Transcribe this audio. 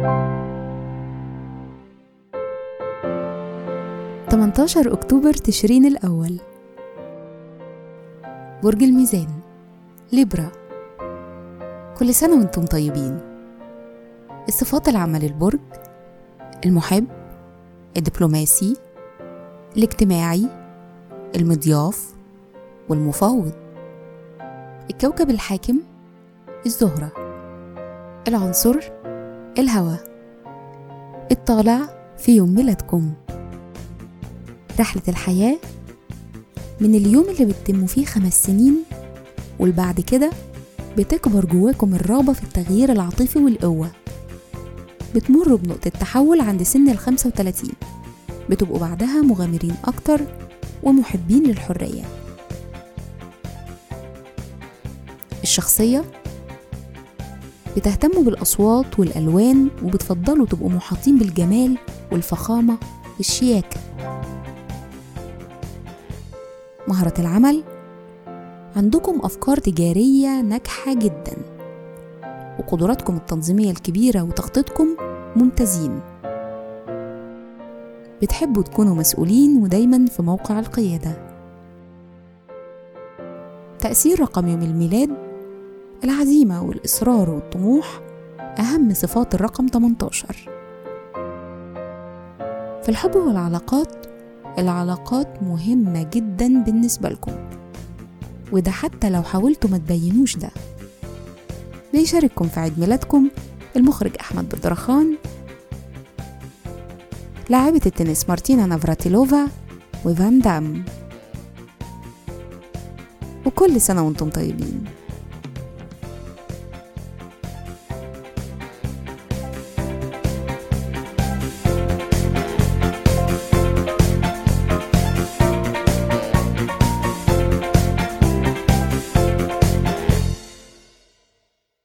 18 أكتوبر تشرين الأول. برج الميزان، ليبرا. كل سنة وانتم طيبين. الصفات العامة للبرج: المحب، الدبلوماسي، الاجتماعي، المضياف، والمفاوض. الكوكب الحاكم: الزهرة. العنصر: الهواء. الطالع في يوم ميلادكم. رحلة الحياة: من اليوم اللي بتتم فيه 5 سنين والبعد كده بتكبر جواكم الرغبة في التغيير العاطفي والقوة. بتمروا بنقطة تحول عند سن 35، بتبقوا بعدها مغامرين أكتر ومحبين للحرية. الشخصية: بتهتموا بالأصوات والألوان وبتفضلوا تبقوا محاطين بالجمال والفخامة والشياكة. مهارة العمل: عندكم أفكار تجارية ناجحة جدا، وقدراتكم التنظيمية الكبيرة وتخطيطكم ممتازين. بتحبوا تكونوا مسؤولين ودايما في موقع القيادة. تأثير رقم يوم الميلاد: العزيمة والإصرار والطموح أهم صفات الرقم 18. في الحب والعلاقات: العلاقات مهمة جدا بالنسبة لكم، وده حتى لو حاولتوا ما تبينوش ده. بيشارككم في عيد ميلادكم المخرج أحمد بدرخان، لاعبة التنس مارتينا نافراتيلوفا وفان دام. وكل سنة وانتم طيبين.